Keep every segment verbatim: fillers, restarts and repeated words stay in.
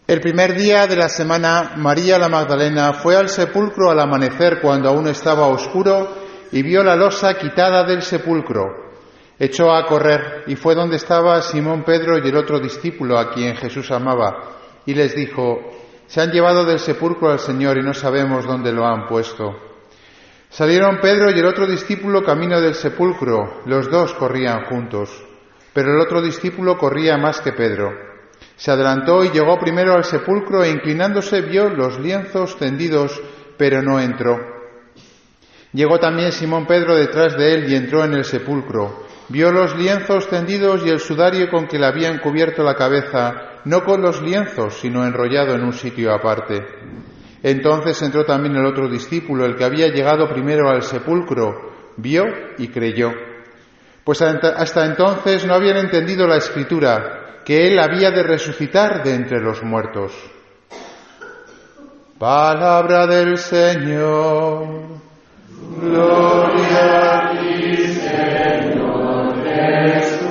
El primer día de la semana, María la Magdalena fue al sepulcro al amanecer cuando aún estaba oscuro y vio la losa quitada del sepulcro. Echó a correr y fue donde estaba Simón Pedro y el otro discípulo a quien Jesús amaba y les dijo: «Se han llevado del sepulcro al Señor y no sabemos dónde lo han puesto». Salieron Pedro y el otro discípulo camino del sepulcro. Los dos corrían juntos, pero el otro discípulo corría más que Pedro. Se adelantó y llegó primero al sepulcro e inclinándose vio los lienzos tendidos, pero no entró. Llegó también Simón Pedro detrás de él y entró en el sepulcro. Vio los lienzos tendidos y el sudario con que le habían cubierto la cabeza, no con los lienzos, sino enrollado en un sitio aparte. Entonces entró también el otro discípulo, el que había llegado primero al sepulcro, vio y creyó. Pues hasta entonces no habían entendido la Escritura, que él había de resucitar de entre los muertos. Palabra del Señor. Gloria a ti, Señor Jesús.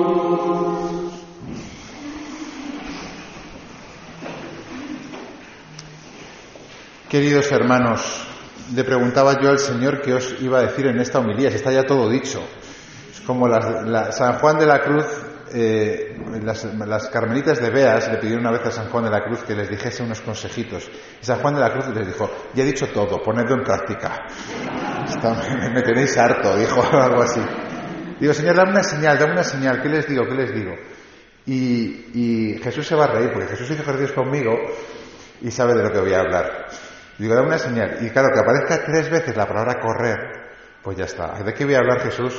Queridos hermanos, le preguntaba yo al Señor qué os iba a decir en esta homilía, si está ya todo dicho. Es como las, la, San Juan de la Cruz. Eh, las, las carmelitas de Beas le pidieron una vez a San Juan de la Cruz que les dijese unos consejitos y San Juan de la Cruz les dijo: ya he dicho todo, ponedlo en práctica. Está, me, me tenéis harto, dijo algo así. Digo: Señor, dame una señal, dame una señal, ¿qué les digo? ¿Qué les digo? Y, y Jesús se va a reír porque Jesús hizo ejercicios conmigo y sabe de lo que voy a hablar. Digo: dame una señal. Y claro, que aparezca tres veces la palabra correr, pues ya está. ¿De qué voy a hablar, Jesús?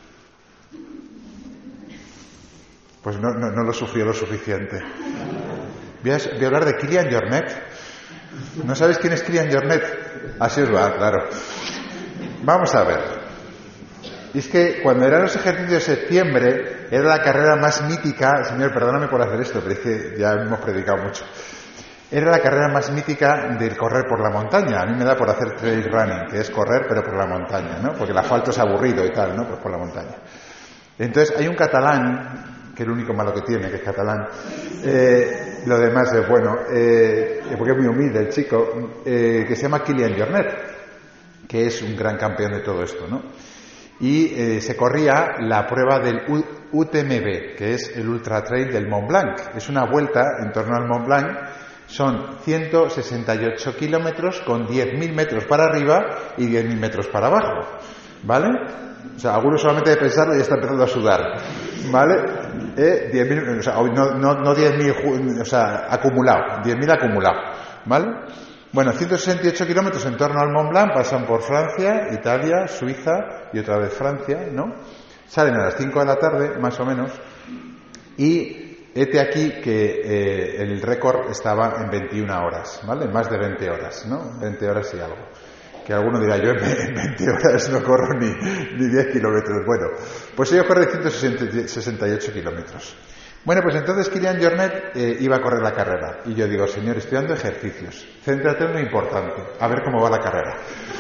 Pues no, no, no lo sufrió lo suficiente. Voy a, voy a hablar de Kilian Jornet. ¿No sabéis quién es Kilian Jornet? Así os va, claro. Vamos a ver. Y es que cuando eran los ejercicios de septiembre, era la carrera más mítica. Señor, perdóname por hacer esto, pero es que ya hemos predicado mucho. Era la carrera más mítica del correr por la montaña. A mí me da por hacer trail running, que es correr pero por la montaña, ¿no? Porque el asfalto es aburrido y tal, ¿no? Pues por la montaña. Entonces hay un catalán, que es lo único malo que tiene, que es catalán. Eh, lo demás es bueno, eh, porque es muy humilde el chico, eh, que se llama Kilian Jornet, que es un gran campeón de todo esto, ¿no? Y eh, se corría la prueba del U T M B, que es el Ultra Trail del Mont Blanc. Es una vuelta en torno al Mont Blanc. Son ciento sesenta y ocho kilómetros con diez mil metros para arriba y diez mil metros para abajo, ¿vale? O sea, algunos solamente de pensarlo ya está empezando a sudar, ¿vale? Eh, diez mil, o sea, no, no, no diez mil, o sea, acumulado, diez mil acumulado, ¿vale? Bueno, ciento sesenta y ocho kilómetros en torno al Mont Blanc, pasan por Francia, Italia, Suiza y otra vez Francia, ¿no? Salen a las cinco de la tarde, más o menos, y hete aquí que eh, el récord estaba en veintiuna horas, ¿vale? Más de veinte horas, ¿no? veinte horas y algo. Que alguno dirá: yo en veinte horas no corro ni, ni diez kilómetros. Bueno, pues ellos corren ciento sesenta y ocho kilómetros. Bueno, pues entonces Kilian Jornet eh, iba a correr la carrera. Y yo digo: Señor, estoy dando ejercicios. Céntrate en lo importante. A ver cómo va la carrera.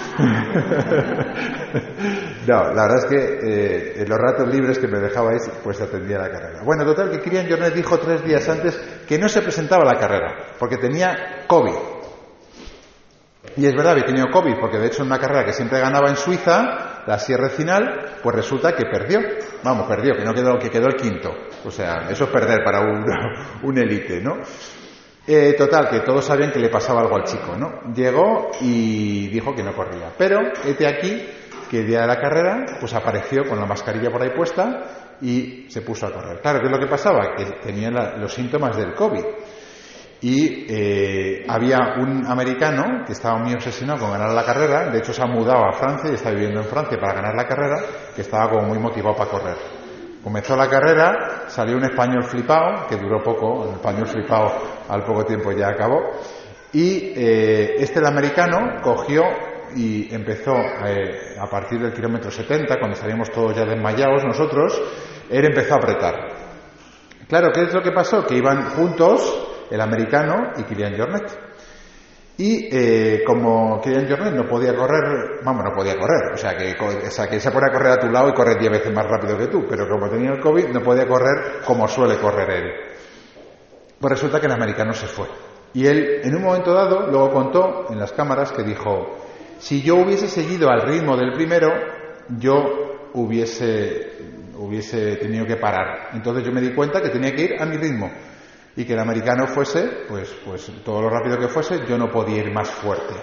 No, la verdad es que eh, en los ratos libres que me dejabais, pues atendía la carrera. Bueno, total, que Kilian Jornet dijo tres días antes que no se presentaba a la carrera, porque tenía COVID. Y es verdad, había tenido COVID, porque de hecho en una carrera que siempre ganaba en Suiza, la Sierre Final, pues resulta que perdió. Vamos, perdió, que no quedó, que quedó el quinto. O sea, eso es perder para un, un élite, ¿no? Eh, total, que todos sabían que le pasaba algo al chico, ¿no? Llegó y dijo que no corría. Pero, hete aquí, que el día de la carrera, pues apareció con la mascarilla por ahí puesta y se puso a correr. Claro, ¿qué es lo que pasaba? Que tenía la, los síntomas del COVID. Y eh, había un americano que estaba muy obsesionado con ganar la carrera. De hecho, se ha mudado a Francia y está viviendo en Francia para ganar la carrera, que estaba como muy motivado para correr. Comenzó la carrera, salió un español flipado, que duró poco, el español flipado al poco tiempo ya acabó. Y eh, este, el americano, cogió y empezó eh, a partir del kilómetro setenta, cuando salíamos todos ya desmayados nosotros, él empezó a apretar. Claro, ¿qué es lo que pasó? Que iban juntos el americano y Kilian Jornet. Y eh, como Kilian Jornet no podía correr, vamos, no podía correr, o sea, que, o sea, que se pone a correr a tu lado y corre diez veces más rápido que tú, pero como tenía el COVID no podía correr como suele correr él. Pues resulta que el americano se fue. Y él, en un momento dado, luego contó en las cámaras que dijo, si yo hubiese seguido al ritmo del primero, yo hubiese, hubiese tenido que parar. Entonces yo me di cuenta que tenía que ir a mi ritmo. Y que el americano fuese, pues, pues todo lo rápido que fuese, yo no podía ir más fuerte.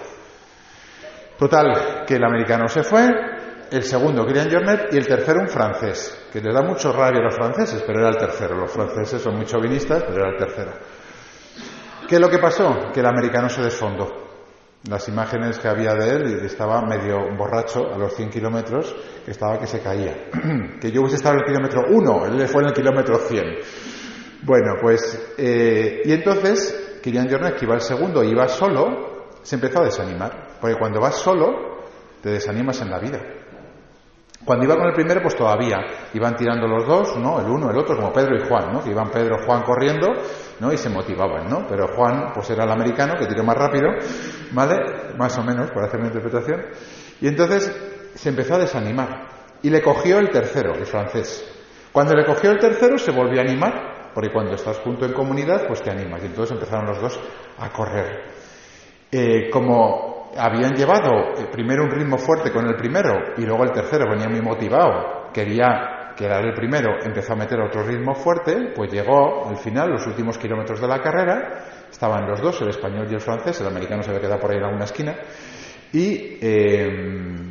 Total, que el americano se fue, el segundo Kilian Jornet y el tercero un francés, que le da mucho rabia a los franceses, pero era el tercero. Los franceses son muy chauvinistas, pero era el tercero. ¿Qué es lo que pasó? Que el americano se desfondó. Las imágenes que había de él, y estaba medio borracho a los cien kilómetros, que estaba que se caía. Que yo hubiese estado en el kilómetro uno, él fue en el kilómetro cien. Bueno, pues, eh, y entonces, Kilian Jornet, que iba el segundo, iba solo, se empezó a desanimar. Porque cuando vas solo, te desanimas en la vida. Cuando iba con el primero, pues todavía iban tirando los dos, ¿no? El uno, el otro, como Pedro y Juan, ¿no? Que iban Pedro y Juan corriendo, ¿no? Y se motivaban, ¿no? Pero Juan, pues era el americano, que tiró más rápido, ¿vale? Más o menos, para hacer una interpretación. Y entonces se empezó a desanimar. Y le cogió el tercero, el francés. Cuando le cogió el tercero, se volvió a animar, porque cuando estás junto en comunidad, pues te animas. Y entonces empezaron los dos a correr. Eh, como habían llevado primero un ritmo fuerte con el primero y luego el tercero venía muy motivado, quería quedar el primero, empezó a meter otro ritmo fuerte, pues llegó al final, los últimos kilómetros de la carrera, estaban los dos, el español y el francés, el americano se había quedado por ahí en alguna esquina, y eh,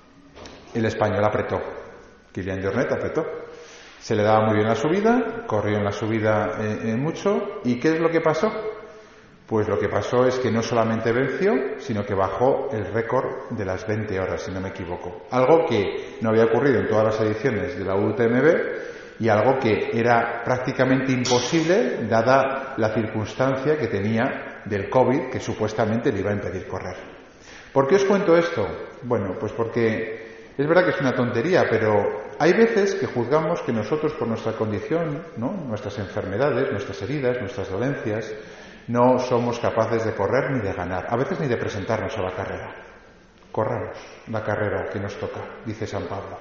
el español apretó, Kilian Jornet apretó. Se le daba muy bien la subida, corrió en la subida eh, eh, mucho, ¿y qué es lo que pasó? Pues lo que pasó es que no solamente venció, sino que bajó el récord de las veinte horas, si no me equivoco. Algo que no había ocurrido en todas las ediciones de la U T M B y algo que era prácticamente imposible dada la circunstancia que tenía del COVID, que supuestamente le iba a impedir correr. ¿Por qué os cuento esto? Bueno, pues porque es verdad que es una tontería, pero hay veces que juzgamos que nosotros por nuestra condición, ¿no? Nuestras enfermedades, nuestras heridas, nuestras dolencias, no somos capaces de correr ni de ganar, a veces ni de presentarnos a la carrera. Corramos la carrera que nos toca, dice San Pablo.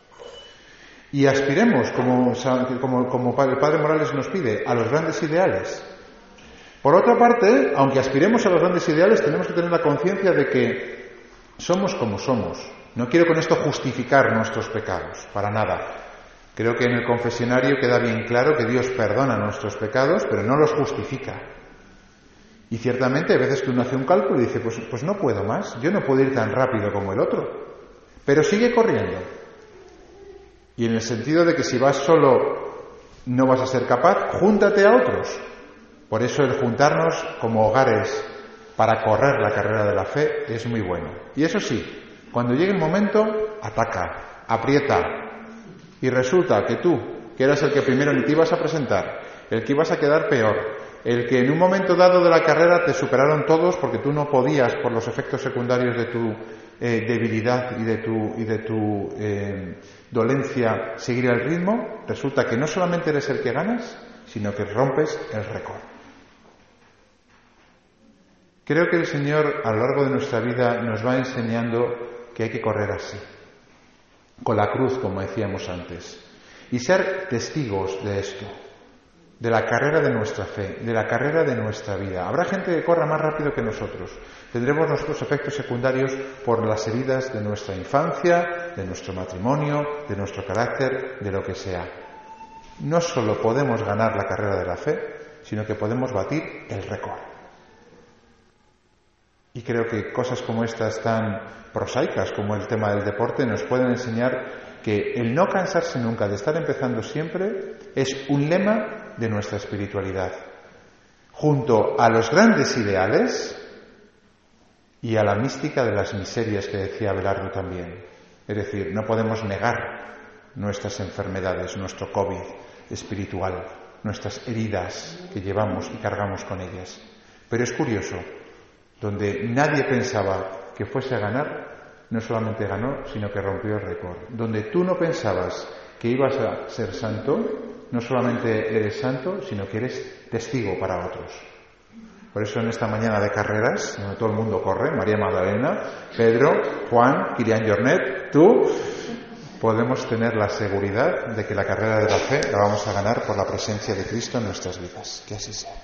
Y aspiremos, como, como, como el Padre Morales nos pide, a los grandes ideales. Por otra parte, aunque aspiremos a los grandes ideales, tenemos que tener la conciencia de que somos como somos. No quiero con esto justificar nuestros pecados, para nada. Creo que en el confesionario queda bien claro que Dios perdona nuestros pecados, pero no los justifica. Y ciertamente, a veces que uno hace un cálculo y dice, pues, pues no puedo más, yo no puedo ir tan rápido como el otro, pero sigue corriendo. Y en el sentido de que si vas solo no vas a ser capaz, júntate a otros. Por eso el juntarnos como hogares para correr la carrera de la fe es muy bueno. Y eso sí, cuando llegue el momento, ataca, aprieta. Y resulta que tú, que eras el que primero ni te ibas a presentar, el que ibas a quedar peor, el que en un momento dado de la carrera te superaron todos porque tú no podías, por los efectos secundarios de tu eh, debilidad y de tu, y de tu eh, dolencia, seguir el ritmo, resulta que no solamente eres el que ganas, sino que rompes el récord. Creo que el Señor a lo largo de nuestra vida nos va enseñando que hay que correr así, con la cruz, como decíamos antes, y ser testigos de esto, de la carrera de nuestra fe, de la carrera de nuestra vida. Habrá gente que corra más rápido que nosotros. Tendremos nosotros efectos secundarios por las heridas de nuestra infancia, de nuestro matrimonio, de nuestro carácter, de lo que sea. No solo podemos ganar la carrera de la fe, sino que podemos batir el récord. Y creo que cosas como estas tan prosaicas como el tema del deporte nos pueden enseñar que el no cansarse nunca de estar empezando siempre es un lema de nuestra espiritualidad, junto a los grandes ideales y a la mística de las miserias que decía Abelardo también. Es decir, no podemos negar nuestras enfermedades, nuestro COVID espiritual, nuestras heridas que llevamos y cargamos con ellas. Pero es curioso, donde nadie pensaba que fuese a ganar, no solamente ganó, sino que rompió el récord. Donde tú no pensabas que ibas a ser santo, no solamente eres santo, sino que eres testigo para otros. Por eso en esta mañana de carreras, donde todo el mundo corre, María Magdalena, Pedro, Juan, Kilian Jornet, tú, podemos tener la seguridad de que la carrera de la fe la vamos a ganar por la presencia de Cristo en nuestras vidas. Que así sea.